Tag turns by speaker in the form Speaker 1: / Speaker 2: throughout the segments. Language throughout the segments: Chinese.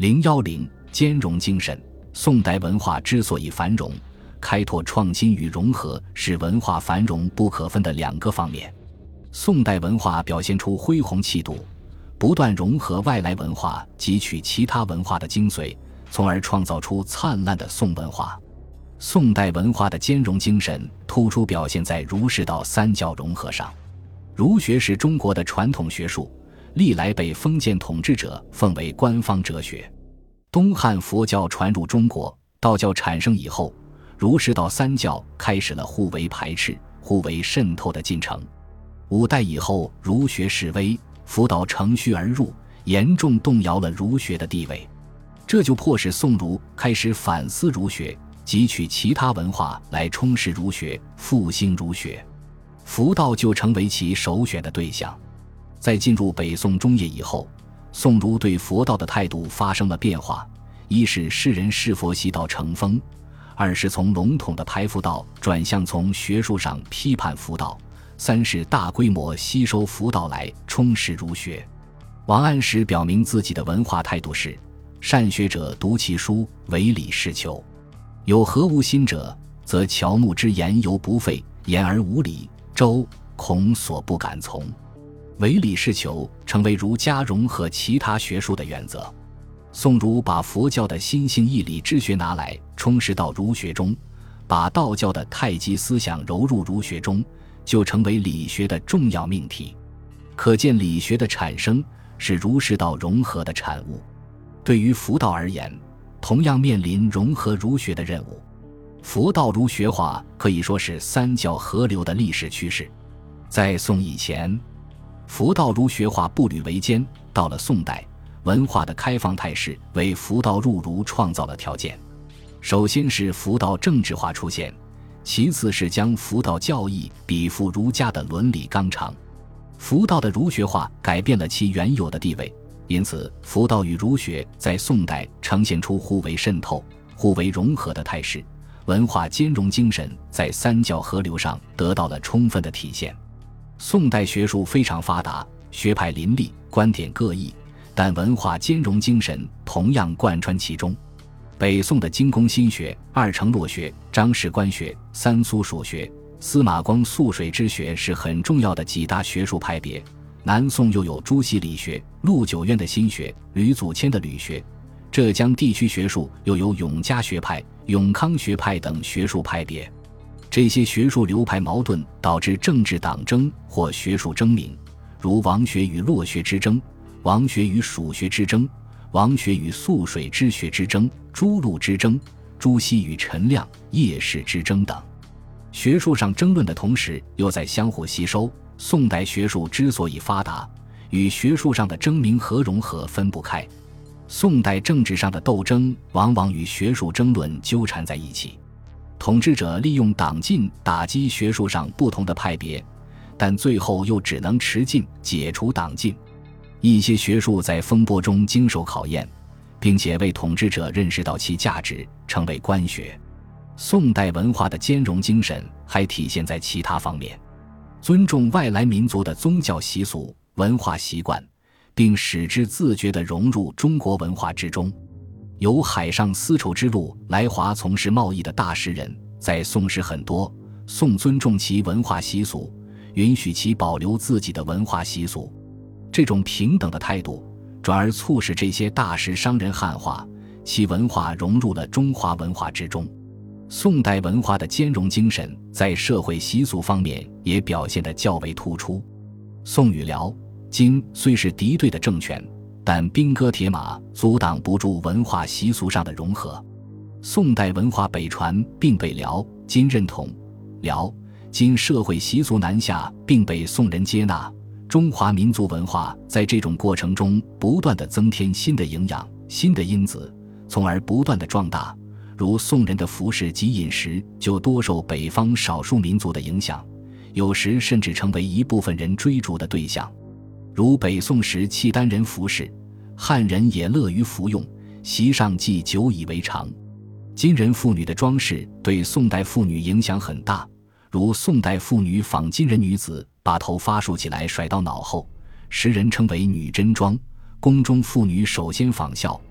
Speaker 1: 010兼容精神。宋代文化之所以繁荣，开拓创新与融合是文化繁荣不可分的两个方面。宋代文化表现出恢宏气度，不断融合外来文化，汲取其他文化的精髓，从而创造出灿烂的宋文化。宋代文化的兼容精神突出表现在儒释道三教融合上。儒学是中国的传统学术，历来被封建统治者奉为官方哲学。东汉佛教传入中国，道教产生以后，儒释道三教开始了互为排斥、互为渗透的进程。五代以后，儒学式微，佛道乘虚而入，严重动摇了儒学的地位。这就迫使宋儒开始反思儒学，汲取其他文化来充实儒学，复兴儒学。佛道就成为其首选的对象。在进入北宋中叶以后，宋儒对佛道的态度发生了变化，一是世人视佛习道成风，二是从笼统的排佛道转向从学术上批判佛道，三是大规模吸收佛道来充实儒学。王安石表明自己的文化态度是：善学者读其书，唯理是求；有何无心者，则乔木之言犹不废，言而无理，周孔所不敢从。唯理是求成为儒家融合其他学术的原则。宋儒把佛教的心性义理之学拿来充实到儒学中，把道教的太极思想揉入儒学中，就成为理学的重要命题。可见理学的产生是儒释道融合的产物。对于佛道而言，同样面临融合儒学的任务。佛道儒学化可以说是三教合流的历史趋势。在宋以前，佛道儒学化步履维艰，到了宋代，文化的开放态势为佛道入儒创造了条件。首先是佛道政治化出现，其次是将佛道教义比附儒家的伦理纲常。佛道的儒学化改变了其原有的地位，因此佛道与儒学在宋代呈现出互为渗透、互为融合的态势，文化兼容精神在三教合流上得到了充分的体现。宋代学术非常发达，学派林立，观点各异，但文化兼容精神同样贯穿其中。北宋的精工心学、二程洛学、张氏官学、三苏蜀学、司马光素水之学是很重要的几大学术派别。南宋又有朱熹理学、陆九渊的心学、吕祖谦的吕学。浙江地区学术又有永嘉学派、永康学派等学术派别。这些学术流派矛盾导致政治党争或学术争鸣，如王学与洛学之争、王学与蜀学之争、王学与素水之学之争、朱陆之争、朱熹与陈亮、叶氏之争等。学术上争论的同时又在相互吸收。宋代学术之所以发达，与学术上的争鸣和融合分不开。宋代政治上的斗争往往与学术争论纠缠在一起，统治者利用党禁打击学术上不同的派别，但最后又只能持禁解除党禁。一些学术在风波中经受考验，并且为统治者认识到其价值，成为官学。宋代文化的兼容精神还体现在其他方面，尊重外来民族的宗教习俗、文化习惯，并使之自觉地融入中国文化之中。由海上丝绸之路来华从事贸易的大食人在宋时很多，宋尊重其文化习俗，允许其保留自己的文化习俗。这种平等的态度转而促使这些大食商人汉化，其文化融入了中华文化之中。宋代文化的兼容精神在社会习俗方面也表现得较为突出。宋与辽、金虽是敌对的政权，但兵戈铁马阻挡不住文化习俗上的融合。宋代文化北传并被辽、金认同，辽、金社会习俗南下并被宋人接纳，中华民族文化在这种过程中不断地增添新的营养、新的因子，从而不断地壮大。如宋人的服饰及饮食就多受北方少数民族的影响，有时甚至成为一部分人追逐的对象。如北宋时契丹人服饰，汉人也乐于服用，习上既久以为常。金人妇女的装饰对宋代妇女影响很大，如宋代妇女仿金人女子把头发竖起来甩到脑后，时人称为女真装。宫中妇女首先仿效，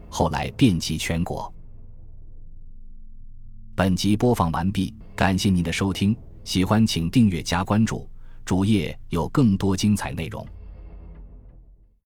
Speaker 1: 后来遍及全国。本集播放完毕，感谢您的收听，喜欢请订阅加关注，主页有更多精彩内容。